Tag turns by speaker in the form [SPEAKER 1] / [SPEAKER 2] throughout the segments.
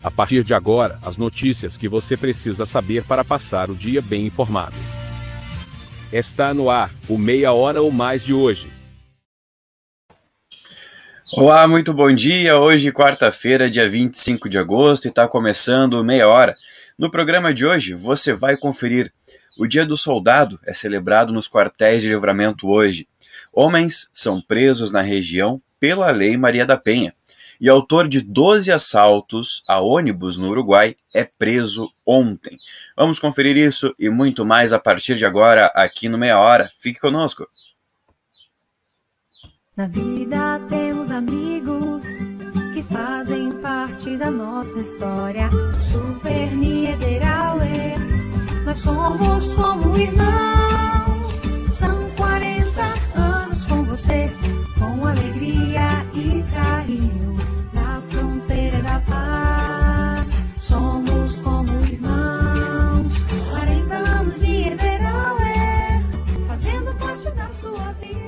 [SPEAKER 1] A partir de agora, as notícias que você precisa saber para passar o dia bem informado. Está no ar, o Meia Hora ou Mais de hoje.
[SPEAKER 2] Olá, muito bom dia. Hoje, quarta-feira, dia 25 de agosto, e está começando o Meia Hora. No programa de hoje, você vai conferir: o Dia do Soldado é celebrado nos quartéis de Livramento hoje. Homens são presos na região pela Lei Maria da Penha. E autor de 12 assaltos a ônibus no Uruguai é preso ontem. Vamos conferir isso e muito mais a partir de agora aqui no Meia Hora. Fique conosco.
[SPEAKER 3] Na vida temos amigos que fazem parte da nossa história. Super Niederauer, nós somos como irmãos. São 40 anos com você, com alegria e carinho. Na fronteira da paz, somos como irmãos. 40 anos de Niederauer, fazendo parte da sua vida.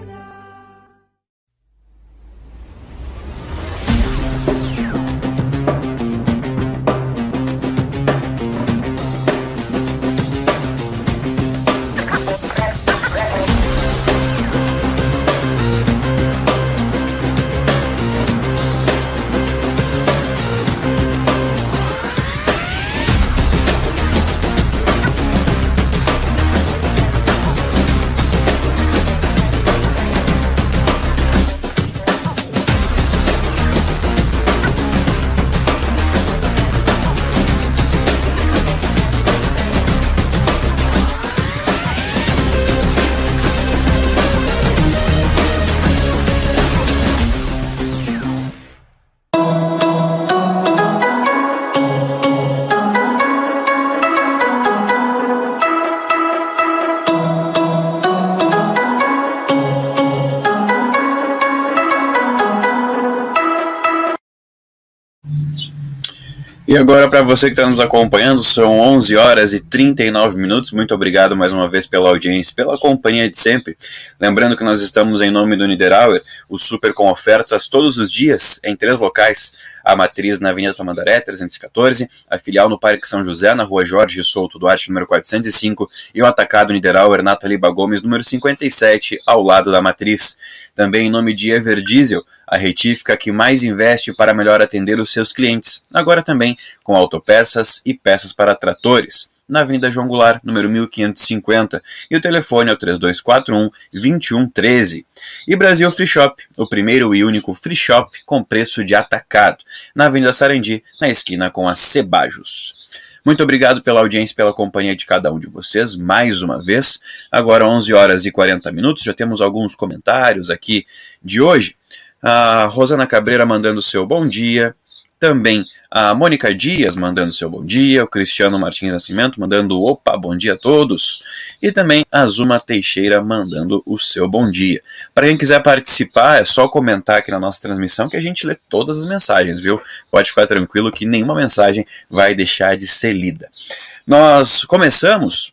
[SPEAKER 2] E agora, para você que está nos acompanhando, são 11 horas e 39 minutos. Muito obrigado mais uma vez pela audiência, pela companhia de sempre. Lembrando que nós estamos em nome do Niederauer, o super com ofertas todos os dias em 3 locais. A matriz na Avenida Tamandaré, 314, a filial no Parque São José, na Rua Jorge Souto Duarte, número 405, e o atacado Niederauer na Taliba Gomes, número 57, ao lado da matriz. Também em nome de Everdiesel, a retífica que mais investe para melhor atender os seus clientes, agora também com autopeças e peças para tratores, na Avenida João Goulart, número 1550, e o telefone é o 3241-2113. E Brasil Free Shop, o primeiro e único free shop com preço de atacado, na Avenida Sarandi, na esquina com a Cebajos. Muito obrigado pela audiência e pela companhia de cada um de vocês, mais uma vez. Agora 11 horas e 40 minutos, já temos alguns comentários aqui de hoje. A Rosana Cabreira mandando seu bom dia. Também a Mônica Dias mandando seu bom dia, o Cristiano Martins Nascimento mandando opa, bom dia a todos, e também a Zuma Teixeira mandando o seu bom dia. Para quem quiser participar, é só comentar aqui na nossa transmissão que a gente lê todas as mensagens, viu? Pode ficar tranquilo que nenhuma mensagem vai deixar de ser lida. Nós começamos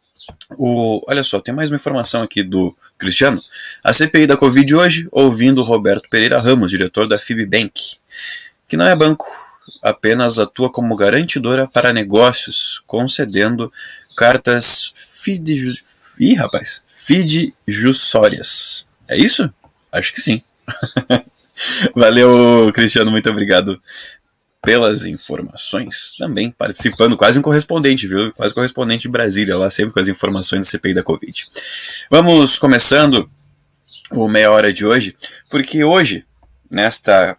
[SPEAKER 2] olha só, tem mais uma informação aqui do Cristiano. A CPI da Covid hoje, ouvindo Roberto Pereira Ramos, diretor da Fibbank, que não é banco, apenas atua como garantidora negócios, concedendo cartas fidejussórias. É isso? Acho que sim. Valeu, Cristiano, muito obrigado pelas informações, também participando, quase um correspondente, viu? Quase correspondente de Brasília, lá sempre com as informações da CPI da Covid. Vamos começando o Meia Hora de hoje, porque hoje, nesta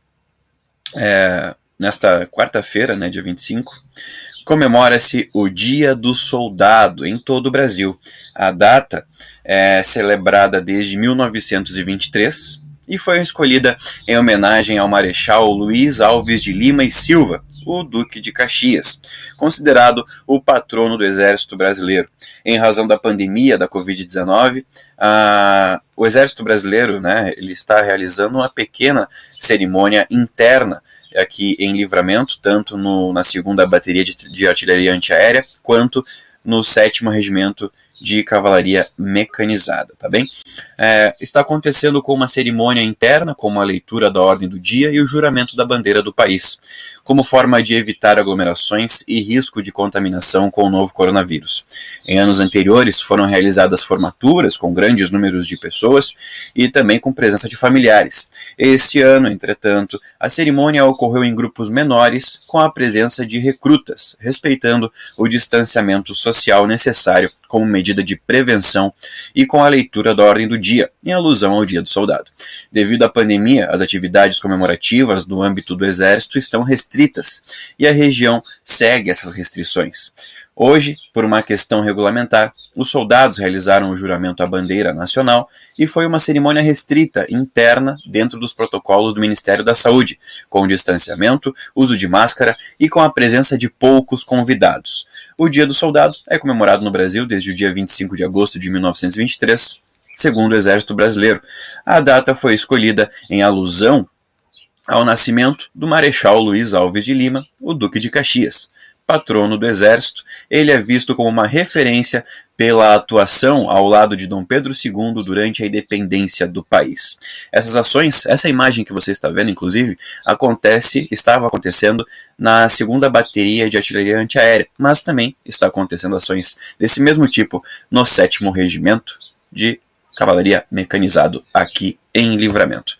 [SPEAKER 2] quarta-feira, né, dia 25, comemora-se o Dia do Soldado em todo o Brasil. A data é celebrada desde 1923 e foi escolhida em homenagem ao Marechal Luiz Alves de Lima e Silva, o Duque de Caxias, considerado o patrono do Exército Brasileiro. Em razão da pandemia da Covid-19, o Exército Brasileiro, né, ele está realizando uma pequena cerimônia interna aqui em Livramento, tanto na 2ª Bateria de Artilharia Antiaérea, quanto no 7º Regimento de cavalaria mecanizada, tá bem? Está acontecendo com uma cerimônia interna, como a leitura da ordem do dia e o juramento da bandeira do país, como forma de evitar aglomerações e risco de contaminação com o novo coronavírus. Em anos anteriores foram realizadas formaturas com grandes números de pessoas e também com presença de familiares. Este ano, entretanto, a cerimônia ocorreu em grupos menores com a presença de recrutas, respeitando o distanciamento social necessário como medida de prevenção e com a leitura da ordem do dia, em alusão ao Dia do Soldado. Devido à pandemia, as atividades comemorativas no âmbito do Exército estão restritas e a região segue essas restrições. Hoje, por uma questão regulamentar, os soldados realizaram o juramento à bandeira nacional e foi uma cerimônia restrita interna dentro dos protocolos do Ministério da Saúde, com distanciamento, uso de máscara e com a presença de poucos convidados. O Dia do Soldado é comemorado no Brasil desde o dia 25 de agosto de 1923, segundo o Exército Brasileiro. A data foi escolhida em alusão ao nascimento do Marechal Luiz Alves de Lima, o Duque de Caxias. Patrono do Exército, ele é visto como uma referência pela atuação ao lado de Dom Pedro II durante a independência do país. Essas ações, essa imagem que você está vendo, inclusive, estava acontecendo na 2ª Bateria de Artilharia Antiaérea, mas também está acontecendo ações desse mesmo tipo no 7º Regimento de Cavalaria Mecanizado aqui em Livramento.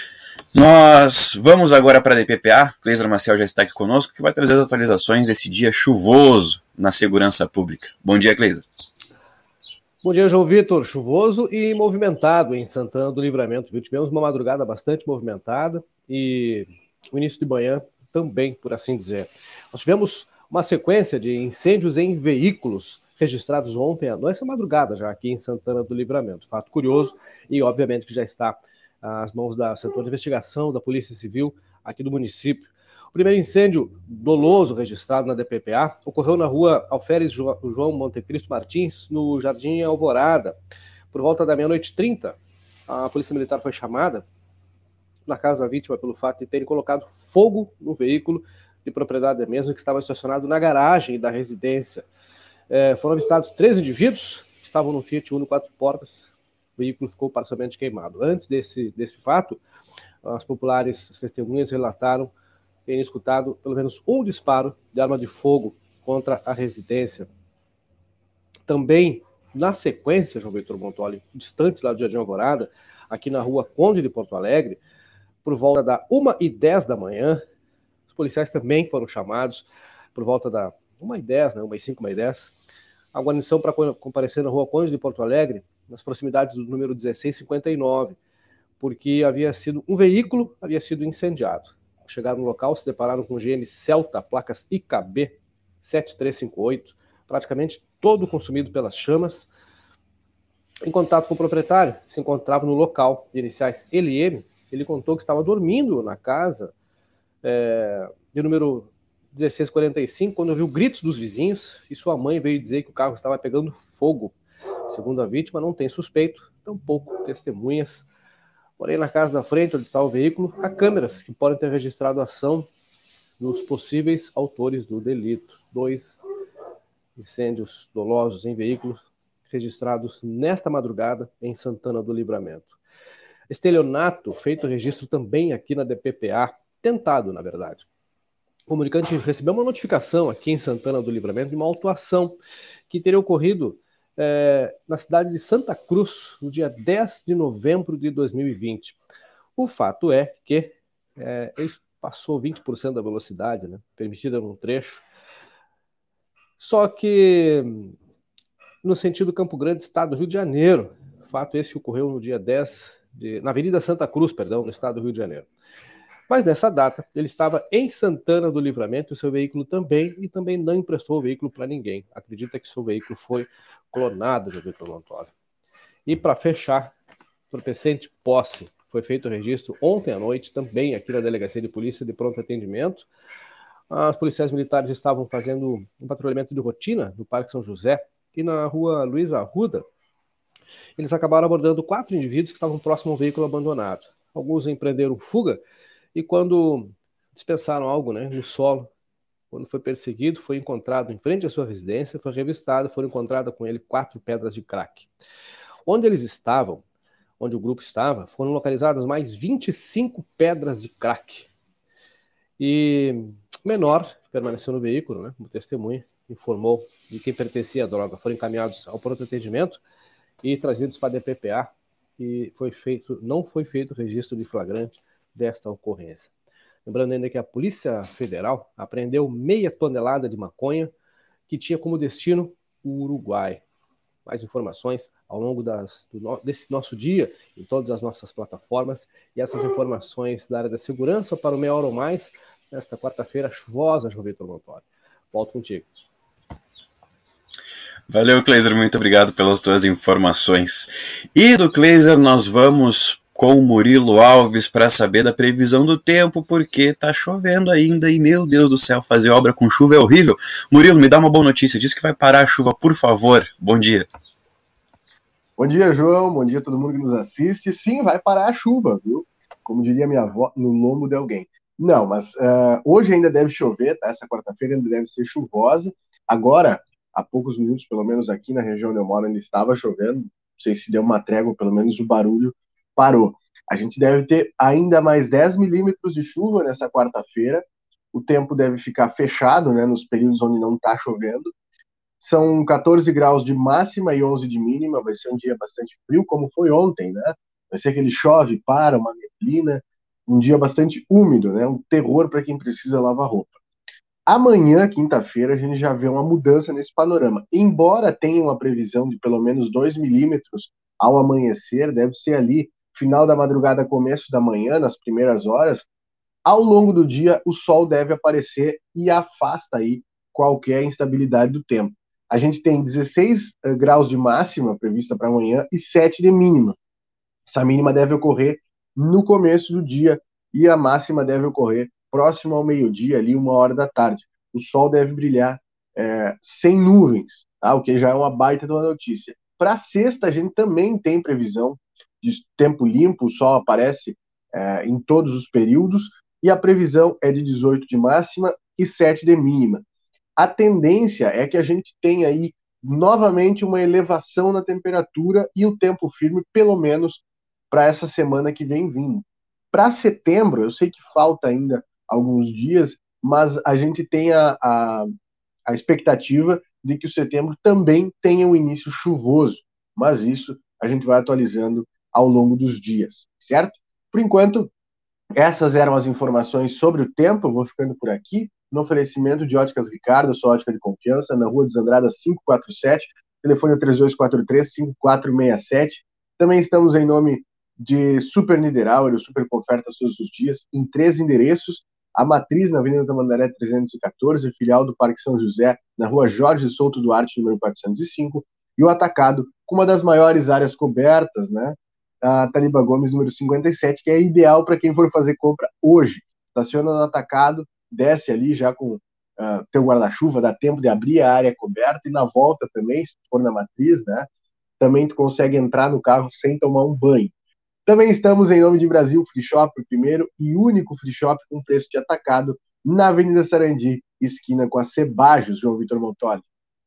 [SPEAKER 2] Nós vamos agora para a DPPA. Cleisar Maciel já está aqui conosco, que vai trazer as atualizações desse dia chuvoso na segurança pública. Bom dia, Cleisar.
[SPEAKER 4] Bom dia, João Vitor. Chuvoso e movimentado em Santana do Livramento. Tivemos uma madrugada bastante movimentada e o início de manhã também, por assim dizer. Nós tivemos uma sequência de incêndios em veículos registrados ontem à noite, essa madrugada já aqui em Santana do Livramento. Fato curioso e, obviamente, que já está às mãos do setor de investigação da Polícia Civil aqui do município. O primeiro incêndio doloso registrado na DPPA ocorreu na rua Alferes João Montecristo Martins, no Jardim Alvorada. Por volta da 00:30, a Polícia Militar foi chamada na casa da vítima pelo fato de terem colocado fogo no veículo de propriedade mesmo que estava estacionado na garagem da residência. Foram avistados 3 indivíduos que estavam no Fiat Uno 4 portas. O veículo ficou parcialmente queimado. Antes desse fato, as populares testemunhas relataram terem escutado pelo menos um disparo de arma de fogo contra a residência. Também, na sequência, João Vitor Montoli, distante lá do Jardim Alvorada, aqui na rua Conde de Porto Alegre, por volta da 1h10 da manhã, os policiais também foram chamados por volta da 1h10, 1h05, 1h10, a guarnição para comparecer na rua Conde de Porto Alegre, nas proximidades do número 1659, porque um veículo havia sido incendiado. Chegaram no local, se depararam com o GM Celta, placas IKB 7358, praticamente todo consumido pelas chamas. Em contato com o proprietário, que se encontrava no local, de iniciais LM, ele contou que estava dormindo na casa de número 1645, quando ouviu gritos dos vizinhos, e sua mãe veio dizer que o carro estava pegando fogo. Segundo a vítima, não tem suspeito, tampouco testemunhas. Porém, na casa da frente, onde está o veículo, há câmeras que podem ter registrado a ação dos possíveis autores do delito. 2 incêndios dolosos em veículos registrados nesta madrugada em Santana do Livramento. Estelionato, feito registro também aqui na DPPA, tentado, na verdade. O comunicante recebeu uma notificação aqui em Santana do Livramento de uma autuação que teria ocorrido na cidade de Santa Cruz, no dia 10 de novembro de 2020. O fato é que ele passou 20% da velocidade, né, permitida num trecho, só que no sentido Campo Grande, estado do Rio de Janeiro. Fato esse que ocorreu no dia 10, na Avenida Santa Cruz, no estado do Rio de Janeiro. Mas nessa data, ele estava em Santana do Livramento, o seu veículo também, e também não emprestou o veículo para ninguém. Acredita que seu veículo foi clonado, João Vitor Montoli. E para fechar, entorpecente posse. Foi feito o registro ontem à noite, também aqui na Delegacia de Polícia de Pronto Atendimento. Os policiais militares estavam fazendo um patrulhamento de rotina no Parque São José e na rua Luiz Arruda. Eles acabaram abordando 4 indivíduos que estavam próximo ao veículo abandonado. Alguns empreenderam fuga e quando dispensaram algo, no solo, quando foi perseguido, foi encontrado em frente à sua residência, foi revistado, foram encontradas com ele 4 pedras de crack. Onde eles estavam, onde o grupo estava, foram localizadas mais 25 pedras de crack. E o menor permaneceu no veículo, né, como testemunha, informou de quem pertencia à droga. Foram encaminhados ao pronto atendimento e trazidos para a DPPA, e não foi feito registro de flagrante desta ocorrência. Lembrando ainda que a Polícia Federal apreendeu meia tonelada de maconha que tinha como destino o Uruguai. Mais informações ao longo desse nosso dia em todas as nossas plataformas, e essas informações da área da segurança para o Meia Hora ou Mais nesta quarta-feira chuvosa, João Vitor Montoli. Volto contigo.
[SPEAKER 2] Valeu, Kleiser, muito obrigado pelas tuas informações. E do Kleiser nós vamos com o Murilo Alves para saber da previsão do tempo, porque tá chovendo ainda e, meu Deus do céu, fazer obra com chuva é horrível. Murilo, me dá uma boa notícia, diz que vai parar a chuva, por favor. Bom dia.
[SPEAKER 5] Bom dia, João, bom dia a todo mundo que nos assiste. Sim, vai parar a chuva, viu? Como diria minha avó, no lombo de alguém. Não, mas hoje ainda deve chover, tá? Essa quarta-feira ainda deve ser chuvosa. Agora, há poucos minutos, pelo menos aqui na região onde eu moro, ainda estava chovendo. Não sei se deu uma trégua, pelo menos o barulho parou. A gente deve ter ainda mais 10 milímetros de chuva nessa quarta-feira. O tempo deve ficar fechado, né, nos períodos onde não está chovendo. São 14 graus de máxima e 11 de mínima. Vai ser um dia bastante frio, como foi ontem, né? Vai ser aquele chove, para, uma neblina. Um dia bastante úmido, né? Um terror para quem precisa lavar roupa. Amanhã, quinta-feira, a gente já vê uma mudança nesse panorama. Embora tenha uma previsão de pelo menos 2 milímetros ao amanhecer, deve ser ali, final da madrugada, começo da manhã, nas primeiras horas. Ao longo do dia, o sol deve aparecer e afasta aí qualquer instabilidade do tempo. A gente tem 16 graus de máxima prevista para amanhã e 7 de mínima. Essa mínima deve ocorrer no começo do dia e a máxima deve ocorrer próximo ao meio-dia, ali 1h da tarde. O sol deve brilhar sem nuvens, tá? O que já é uma baita de uma notícia. Para sexta, a gente também tem previsão de tempo limpo, o sol aparece em todos os períodos, e a previsão é de 18 de máxima e 7 de mínima. A tendência é que a gente tenha aí novamente uma elevação na temperatura e o tempo firme, pelo menos para essa semana que vem vindo. Para setembro, eu sei que falta ainda alguns dias, mas a gente tem a expectativa de que o setembro também tenha um início chuvoso, mas isso a gente vai atualizando ao longo dos dias, certo? Por enquanto, essas eram as informações sobre o tempo. Eu vou ficando por aqui, no oferecimento de Óticas Ricardo, sua ótica de confiança, na Rua dos Andradas 547, telefone 3243-5467. Também estamos em nome de Super Niederauer, o Super Ofertas todos os dias, em 3 endereços: a Matriz, na Avenida Tamandaré 314, filial do Parque São José, na Rua Jorge Souto Duarte, número 405, e o Atacado, com uma das maiores áreas cobertas, né? A Taliba Gomes, número 57, que é ideal para quem for fazer compra hoje. Estaciona no Atacado, desce ali já com teu guarda-chuva, dá tempo de abrir a área coberta, e na volta também, se for na Matriz, né? Também tu consegue entrar no carro sem tomar um banho. Também estamos em nome de Brasil Free Shop, o primeiro e único free shop com preço de atacado, na Avenida Sarandi, esquina com a Cebajos, João Vitor Montoli.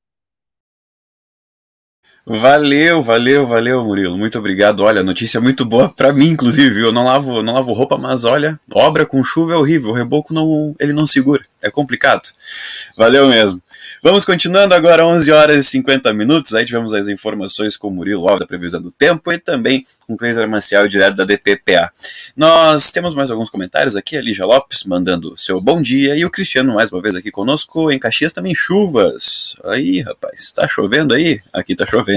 [SPEAKER 2] Valeu, Murilo, muito obrigado. Olha, notícia muito boa pra mim, inclusive, viu? Eu não lavo roupa, mas olha, obra com chuva é horrível, o reboco ele não segura, é complicado. Valeu mesmo. Vamos continuando agora, 11h50, aí tivemos as informações com o Murilo Alves da previsão do tempo e também com o Kleiser Maciel, direto da DPPA. Nós temos mais alguns comentários aqui, a Lígia Lopes mandando seu bom dia, e o Cristiano mais uma vez aqui conosco. Em Caxias também chuvas. Aí, rapaz, tá chovendo aí? Aqui tá chovendo.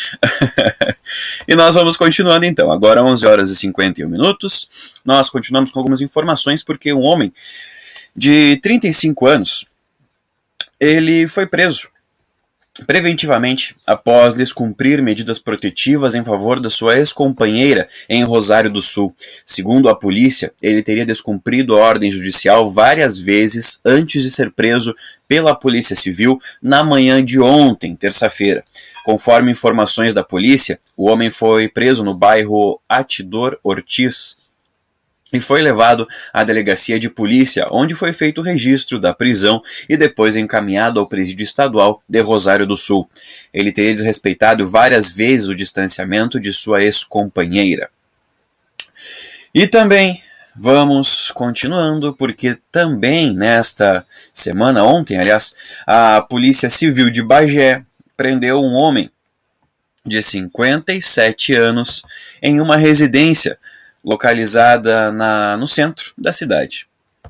[SPEAKER 2] E nós vamos continuando então, agora 11h51, nós continuamos com algumas informações, porque um homem de 35 anos, ele foi preso preventivamente após descumprir medidas protetivas em favor da sua ex-companheira em Rosário do Sul. Segundo a polícia, ele teria descumprido a ordem judicial várias vezes antes de ser preso pela Polícia Civil na manhã de ontem, terça-feira. Conforme informações da polícia, o homem foi preso no bairro Atidor Ortiz, e foi levado à delegacia de polícia, onde foi feito o registro da prisão e depois encaminhado ao presídio estadual de Rosário do Sul. Ele teria desrespeitado várias vezes o distanciamento de sua ex-companheira. E também vamos continuando, porque também nesta semana, ontem, aliás, a Polícia Civil de Bagé prendeu um homem de 57 anos em uma residência localizada no centro da cidade.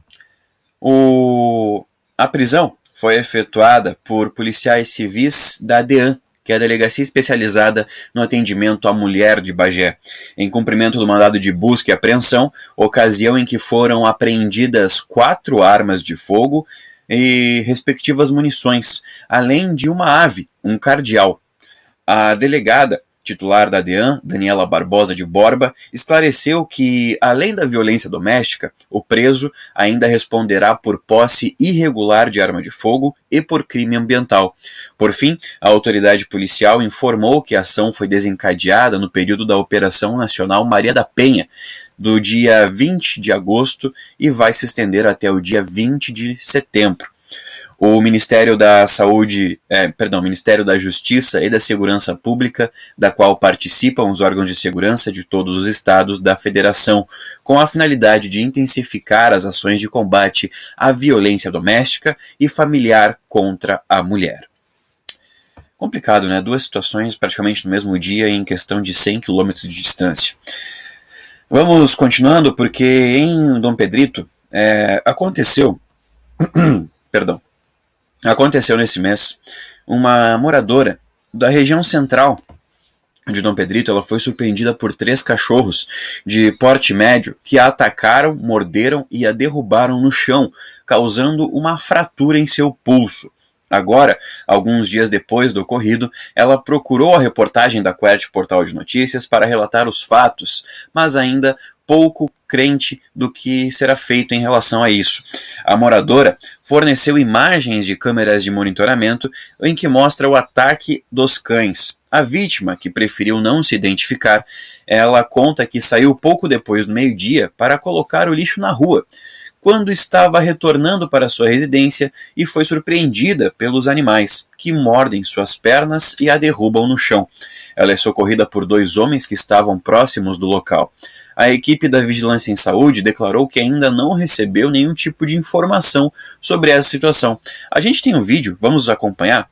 [SPEAKER 2] A prisão foi efetuada por policiais civis da DEAN, que é a Delegacia Especializada no Atendimento à Mulher de Bagé, em cumprimento do mandado de busca e apreensão, ocasião em que foram apreendidas 4 armas de fogo e respectivas munições, além de uma ave, um cardeal. A delegada titular da DEAN, Daniela Barbosa de Borba, esclareceu que, além da violência doméstica, o preso ainda responderá por posse irregular de arma de fogo e por crime ambiental. Por fim, a autoridade policial informou que a ação foi desencadeada no período da Operação Nacional Maria da Penha, do dia 20 de agosto e vai se estender até o dia 20 de setembro. O Ministério da Ministério da Justiça e da Segurança Pública, da qual participam os órgãos de segurança de todos os estados da federação, com a finalidade de intensificar as ações de combate à violência doméstica e familiar contra a mulher. Complicado, né? 2 situações praticamente no mesmo dia em questão de 100 km de distância. Vamos continuando, porque em Dom Pedrito aconteceu nesse mês, uma moradora da região central de Dom Pedrito, ela foi surpreendida por 3 cachorros de porte médio que a atacaram, morderam e a derrubaram no chão, causando uma fratura em seu pulso. Agora, alguns dias depois do ocorrido, ela procurou a reportagem da Quert Portal de Notícias para relatar os fatos, mas ainda pouco crente do que será feito em relação a isso. A moradora forneceu imagens de câmeras de monitoramento em que mostra o ataque dos cães. A vítima, que preferiu não se identificar, ela conta que saiu pouco depois do meio-dia para colocar o lixo na rua, quando estava retornando para sua residência e foi surpreendida pelos animais, que mordem suas pernas e a derrubam no chão. Ela é socorrida por 2 homens que estavam próximos do local. A equipe da Vigilância em Saúde declarou que ainda não recebeu nenhum tipo de informação sobre essa situação. A gente tem um vídeo, vamos acompanhar?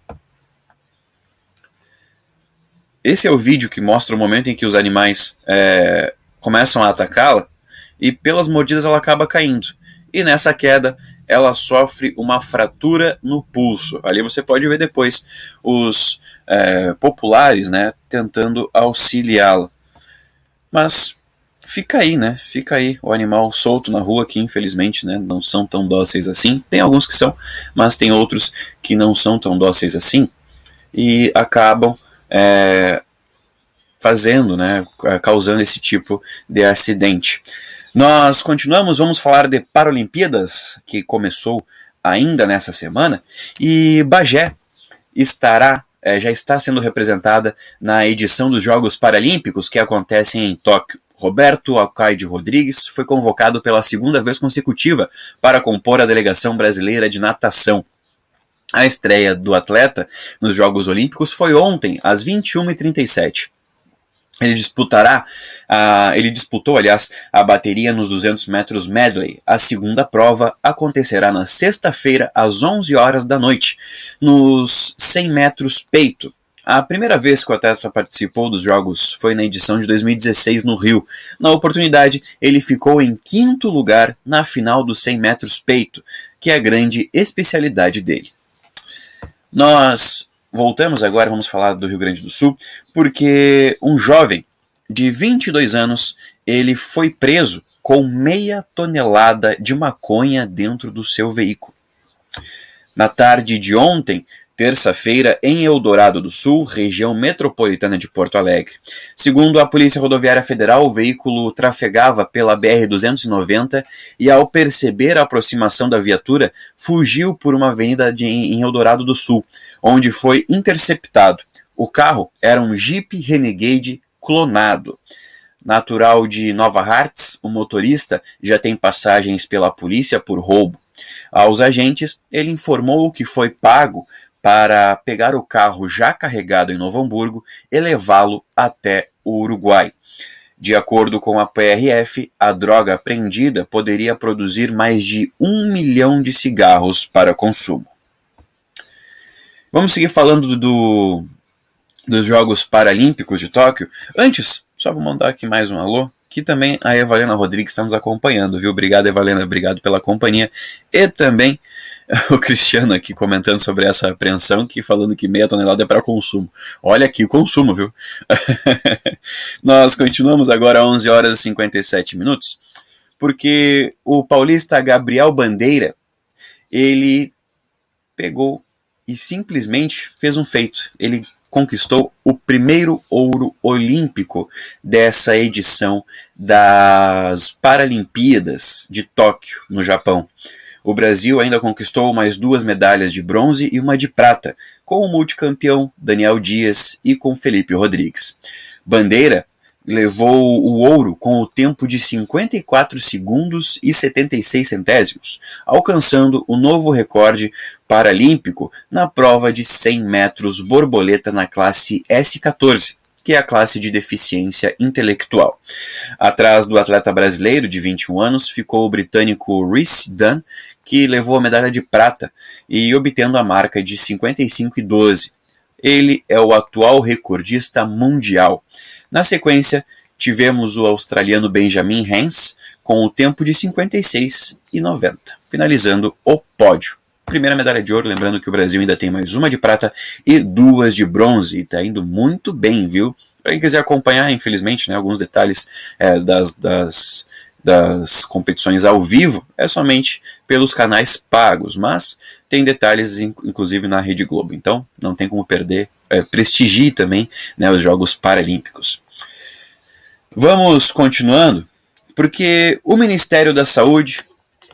[SPEAKER 2] Esse é o vídeo que mostra o momento em que os animais começam a atacá-la e pelas mordidas ela acaba caindo. E nessa queda ela sofre uma fratura no pulso. Ali você pode ver depois os populares, né, tentando auxiliá-la. Mas fica aí, né? Fica aí o animal solto na rua, que infelizmente, né, não são tão dóceis assim. Tem alguns que são, mas tem outros que não são tão dóceis assim e acabam causando esse tipo de acidente. Nós continuamos, vamos falar de Paralimpíadas, que começou ainda nessa semana, e Bagé já está sendo representada na edição dos Jogos Paralímpicos que acontecem em Tóquio. Roberto Alcaide Rodrigues foi convocado pela 2ª vez consecutiva para compor a delegação brasileira de natação. A estreia do atleta nos Jogos Olímpicos foi ontem, às 21h37. Ele disputou, aliás, a bateria nos 200 metros medley. A segunda prova acontecerá na sexta-feira, às 11 horas da noite, nos 100 metros peito. A primeira vez que o atleta participou dos Jogos foi na edição de 2016 no Rio. Na oportunidade, ele ficou em 5º lugar na final dos 100 metros peito, que é a grande especialidade dele. Nós voltamos agora, vamos falar do Rio Grande do Sul, porque um jovem de 22 anos, ele foi preso com meia tonelada de maconha dentro do seu veículo. Na tarde de ontem, terça-feira, em Eldorado do Sul, região metropolitana de Porto Alegre. Segundo a Polícia Rodoviária Federal, o veículo trafegava pela BR-290 e, ao perceber a aproximação da viatura, fugiu por uma avenida em Eldorado do Sul, onde foi interceptado. O carro era um Jeep Renegade clonado. natural de Nova Hartz, o motorista já tem passagens pela polícia por roubo. Aos agentes, ele informou que foi pago para pegar o carro já carregado em Novo Hamburgo e levá-lo até o Uruguai. De acordo com a PRF, a droga apreendida poderia produzir mais de 1 milhão de cigarros para consumo. Vamos seguir falando dos Jogos Paralímpicos de Tóquio. Antes, só vou mandar aqui mais um alô, que também a Evalena Rodrigues está nos acompanhando, viu? Obrigado, Evalena, obrigado pela companhia. E também o Cristiano aqui comentando sobre essa apreensão, que falando que meia tonelada é para consumo. Olha aqui o consumo, viu? Nós continuamos agora às 11 horas e 57 minutos, porque o paulista Gabriel Bandeira, ele pegou e simplesmente fez um feito. Ele conquistou o primeiro ouro olímpico dessa edição das Paralimpíadas de Tóquio, no Japão. O Brasil ainda conquistou mais 2 medalhas de bronze e uma de prata, com o multicampeão Daniel Dias e com Felipe Rodrigues. Bandeira levou o ouro com o tempo de 54 segundos e 76 centésimos, alcançando o novo recorde paralímpico na prova de 100 metros borboleta na classe S14, que é a classe de deficiência intelectual. Atrás do atleta brasileiro de 21 anos ficou o britânico Rhys Dunn, que levou a medalha de prata e obtendo a marca de 55,12. Ele é o atual recordista mundial. Na sequência, tivemos o australiano Benjamin Hens com o tempo de 56,90, finalizando o pódio. Primeira medalha de ouro, lembrando que o Brasil ainda tem mais uma de prata e 2 de bronze, e está indo muito bem, viu? Para quem quiser acompanhar, infelizmente, né, alguns detalhes das competições ao vivo, é somente pelos canais pagos, mas tem detalhes inclusive na Rede Globo, então não tem como perder, prestigie também, né, os Jogos Paralímpicos. Vamos continuando, porque o Ministério da Saúde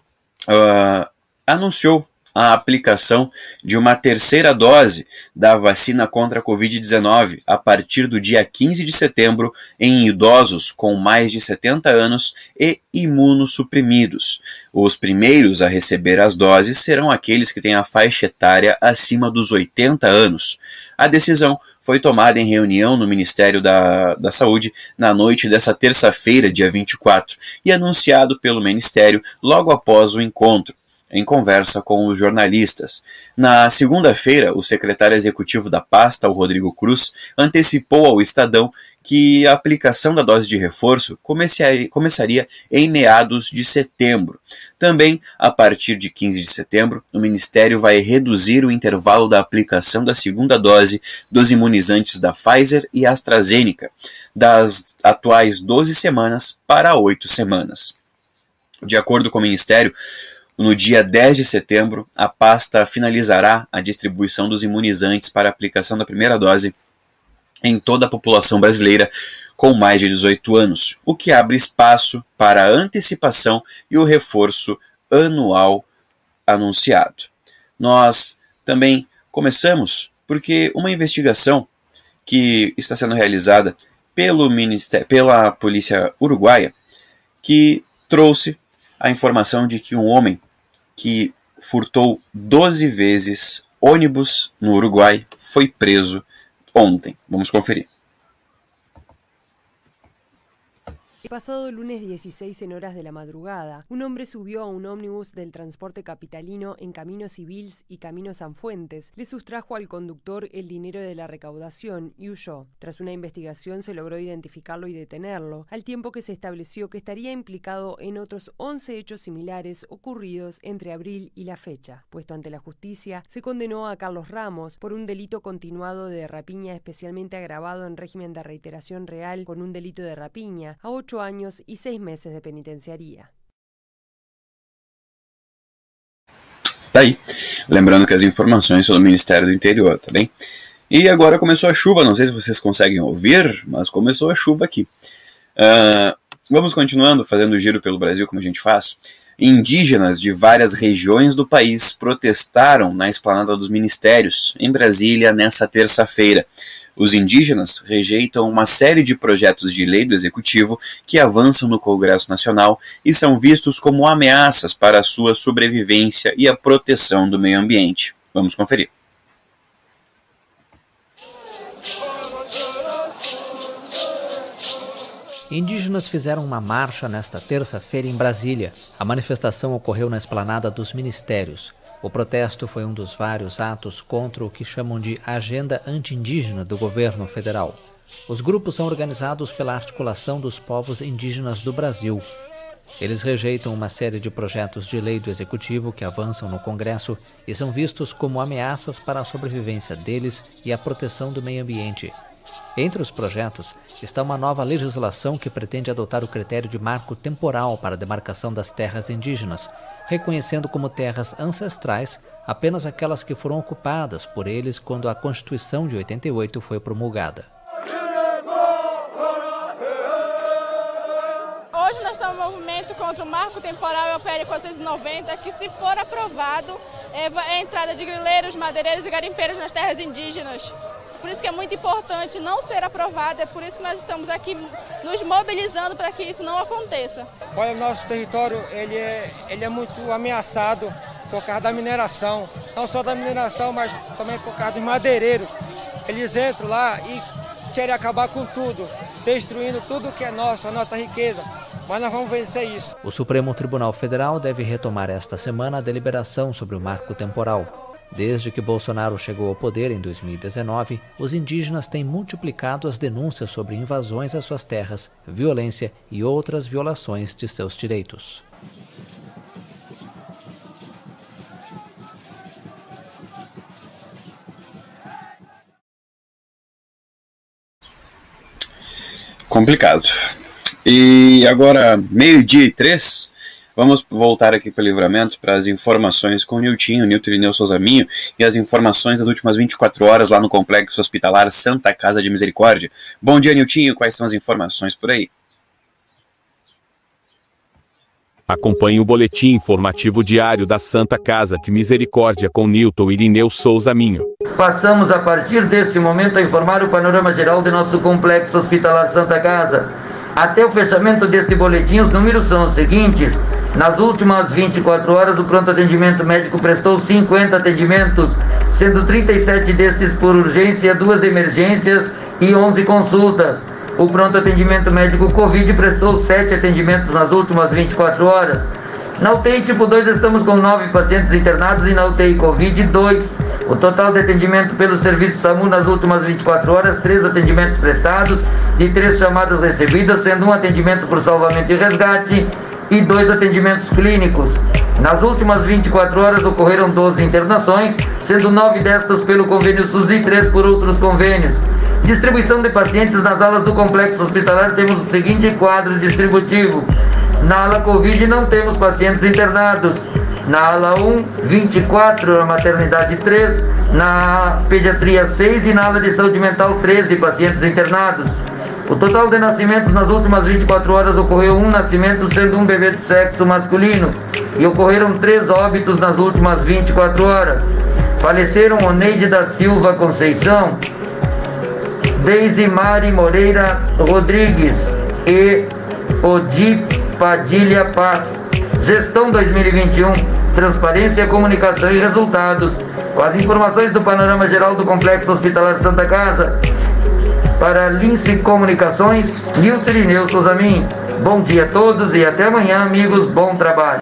[SPEAKER 2] anunciou a aplicação de uma terceira dose da vacina contra a Covid-19 a partir do dia 15 de setembro em idosos com mais de 70 anos e imunossuprimidos. Os primeiros a receber as doses serão aqueles que têm a faixa etária acima dos 80 anos. A decisão foi tomada em reunião no Ministério da Saúde na noite dessa terça-feira, dia 24, e anunciado pelo Ministério logo após o encontro, em conversa com os jornalistas. Na segunda-feira, o secretário executivo da pasta, o Rodrigo Cruz, antecipou ao Estadão que a aplicação da dose de reforço começaria em meados de setembro. Também, a partir de 15 de setembro, o Ministério vai reduzir o intervalo da aplicação da segunda dose dos imunizantes da Pfizer e AstraZeneca, das atuais 12 semanas para 8 semanas. De acordo com o Ministério, no dia 10 de setembro, a pasta finalizará a distribuição dos imunizantes para aplicação da primeira dose em toda a população brasileira com mais de 18 anos, o que abre espaço para a antecipação e o reforço anual anunciado. Nós também começamos porque uma investigação que está sendo realizada pela polícia uruguaia, que trouxe a informação de que um homem que furtou 12 vezes ônibus no Uruguai foi preso ontem. Vamos conferir.
[SPEAKER 6] El pasado lunes 16 en horas de la madrugada, un hombre subió a un ómnibus del transporte capitalino en Camino Civils y Camino Sanfuentes, le sustrajo al conductor el dinero de la recaudación y huyó. Tras una investigación se logró identificarlo y detenerlo, al tiempo que se estableció que estaría implicado en otros 11 hechos similares ocurridos entre abril y la fecha. Puesto ante la justicia, se condenó a Carlos Ramos por un delito continuado de rapiña especialmente agravado en régimen de reiteración real con un delito de rapiña, a 8 años y 6 meses de penitenciaria.
[SPEAKER 2] Tá aí. Lembrando que as informações são do Ministério do Interior, tá bem? E agora começou a chuva, não sei se vocês conseguem ouvir, mas começou a chuva aqui. Vamos continuando, fazendo o giro pelo Brasil, como a gente faz. Indígenas de várias regiões do país protestaram na Esplanada dos Ministérios, em Brasília, nesta terça-feira. Os indígenas rejeitam uma série de projetos de lei do Executivo que avançam no Congresso Nacional e são vistos como ameaças para a sua sobrevivência e a proteção do meio ambiente. Vamos conferir.
[SPEAKER 7] Indígenas fizeram uma marcha nesta terça-feira em Brasília. A manifestação ocorreu na Esplanada dos Ministérios. O protesto foi um dos vários atos contra o que chamam de Agenda Anti-Indígena do governo federal. Os grupos são organizados pela Articulação dos Povos Indígenas do Brasil. Eles rejeitam uma série de projetos de lei do Executivo que avançam no Congresso e são vistos como ameaças para a sobrevivência deles e a proteção do meio ambiente. Entre os projetos está uma nova legislação que pretende adotar o critério de marco temporal para a demarcação das terras indígenas, reconhecendo como terras ancestrais apenas aquelas que foram ocupadas por eles quando a Constituição de 88 foi promulgada.
[SPEAKER 8] Hoje nós estamos em movimento contra o marco temporal e o PL 490, que, se for aprovado, é a entrada de grileiros, madeireiros e garimpeiros nas terras indígenas. Por isso que é muito importante não ser aprovado, é por isso que nós estamos aqui nos mobilizando para que isso não aconteça.
[SPEAKER 9] Olha, o nosso território ele é muito ameaçado por causa da mineração, não só da mineração, mas também por causa dos madeireiros. Eles entram lá e querem acabar com tudo, destruindo tudo que é nosso, a nossa riqueza. Mas nós vamos vencer isso.
[SPEAKER 7] O Supremo Tribunal Federal deve retomar esta semana a deliberação sobre o marco temporal. Desde que Bolsonaro chegou ao poder em 2019, os indígenas têm multiplicado as denúncias sobre invasões às suas terras, violência e outras violações de seus direitos.
[SPEAKER 2] Complicado. E agora, 12:03, vamos voltar aqui para o Livramento para as informações com o Nilton Irineu Souza Minho e as informações das últimas 24 horas lá no Complexo Hospitalar Santa Casa de Misericórdia. Bom dia, Nilton, quais são as informações por aí?
[SPEAKER 1] Acompanhe o boletim informativo diário da Santa Casa de Misericórdia com Nilton Irineu Souza Minho.
[SPEAKER 10] Passamos a partir deste momento a informar o panorama geral de nosso Complexo Hospitalar Santa Casa. Até o fechamento deste boletim, os números são os seguintes. Nas últimas 24 horas, o pronto atendimento médico prestou 50 atendimentos, sendo 37 destes por urgência, 2 emergências e 11 consultas. O pronto atendimento médico Covid prestou 7 atendimentos nas últimas 24 horas. Na UTI tipo 2 estamos com 9 pacientes internados e na UTI Covid 2. O total de atendimento pelo serviço SAMU nas últimas 24 horas, 3 atendimentos prestados e 3 chamadas recebidas, sendo 1 atendimento por salvamento e resgate e 2 atendimentos clínicos. Nas últimas 24 horas ocorreram 12 internações, sendo 9 destas pelo convênio SUS e 3 por outros convênios. Distribuição de pacientes nas alas do complexo hospitalar, temos o seguinte quadro distributivo. Na ala Covid não temos pacientes internados. Na ala 1, 24, na maternidade 3, na pediatria 6 e na ala de saúde mental 13 pacientes internados. O total de nascimentos nas últimas 24 horas ocorreu 1 nascimento, sendo 1 bebê de sexo masculino. E ocorreram 3 óbitos nas últimas 24 horas. Faleceram Oneide da Silva Conceição, Deise Mari Moreira Rodrigues e Odi Padilha Paz. Gestão 2021, transparência, comunicação e resultados. Com as informações do panorama geral do Complexo Hospitalar Santa Casa, para Lince Comunicações, Nilton Irineu Souza Minho. Bom dia a todos e até amanhã, amigos. Bom trabalho.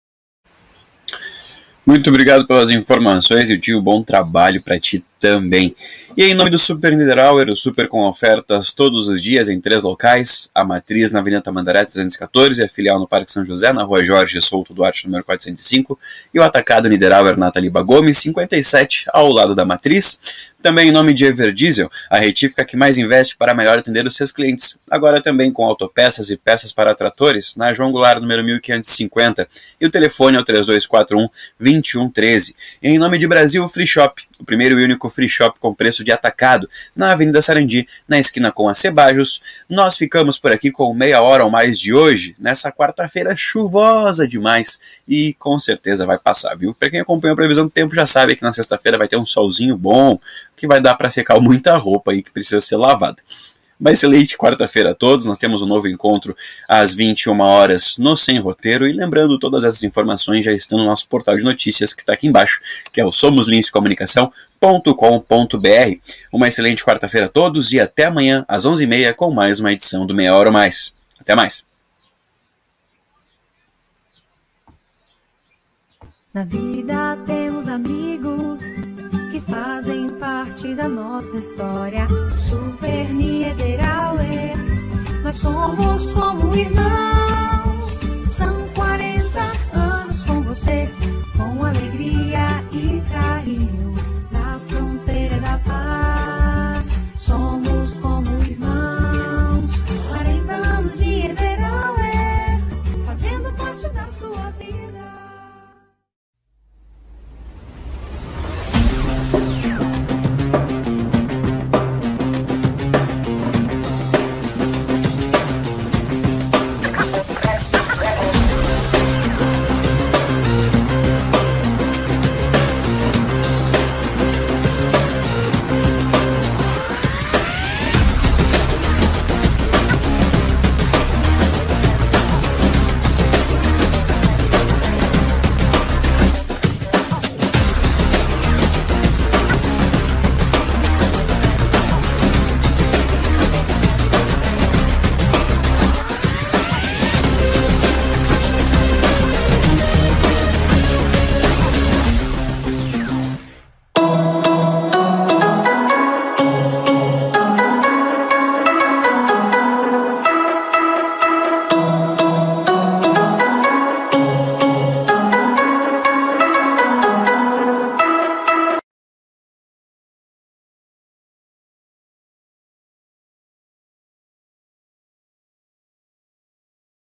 [SPEAKER 2] Muito obrigado pelas informações e tio, bom trabalho para ti também. E em nome do Super Niederauer, o Super com ofertas todos os dias em 3 locais, a matriz na Avenida Tamandaré 314, a filial no Parque São José, na Rua Jorge Souto Duarte, número 405, e o atacado Niederauer na Taliba Gomes, 57, ao lado da matriz. Também em nome de Everdiesel, a retífica que mais investe para melhor atender os seus clientes. Agora também com autopeças e peças para tratores, na João Goulart, número 1550, e o telefone é o 3241-2113. E em nome de Brasil Free Shop, o primeiro e único único free shop com preço de atacado, na Avenida Sarandi, na esquina com a Cebajos. Nós ficamos por aqui com meia hora ou mais de hoje, nessa quarta-feira chuvosa demais, e com certeza vai passar, viu? Para quem acompanha a previsão do tempo já sabe que na sexta-feira vai ter um solzinho bom, que vai dar para secar muita roupa aí que precisa ser lavada. Uma excelente quarta-feira a todos, nós temos um novo encontro às 21 horas no Sem Roteiro, e lembrando, todas essas informações já estão no nosso portal de notícias que está aqui embaixo, que é o somoslincecomunicação.com.br. Uma excelente quarta-feira a todos e até amanhã às 11h30 com mais uma edição do Meia Hora ou Mais. Até mais!
[SPEAKER 3] Na vida temos amigos que fazem parte da nossa história. Super Niederauer, nós somos como irmãos. São 40 anos com você, com alegria.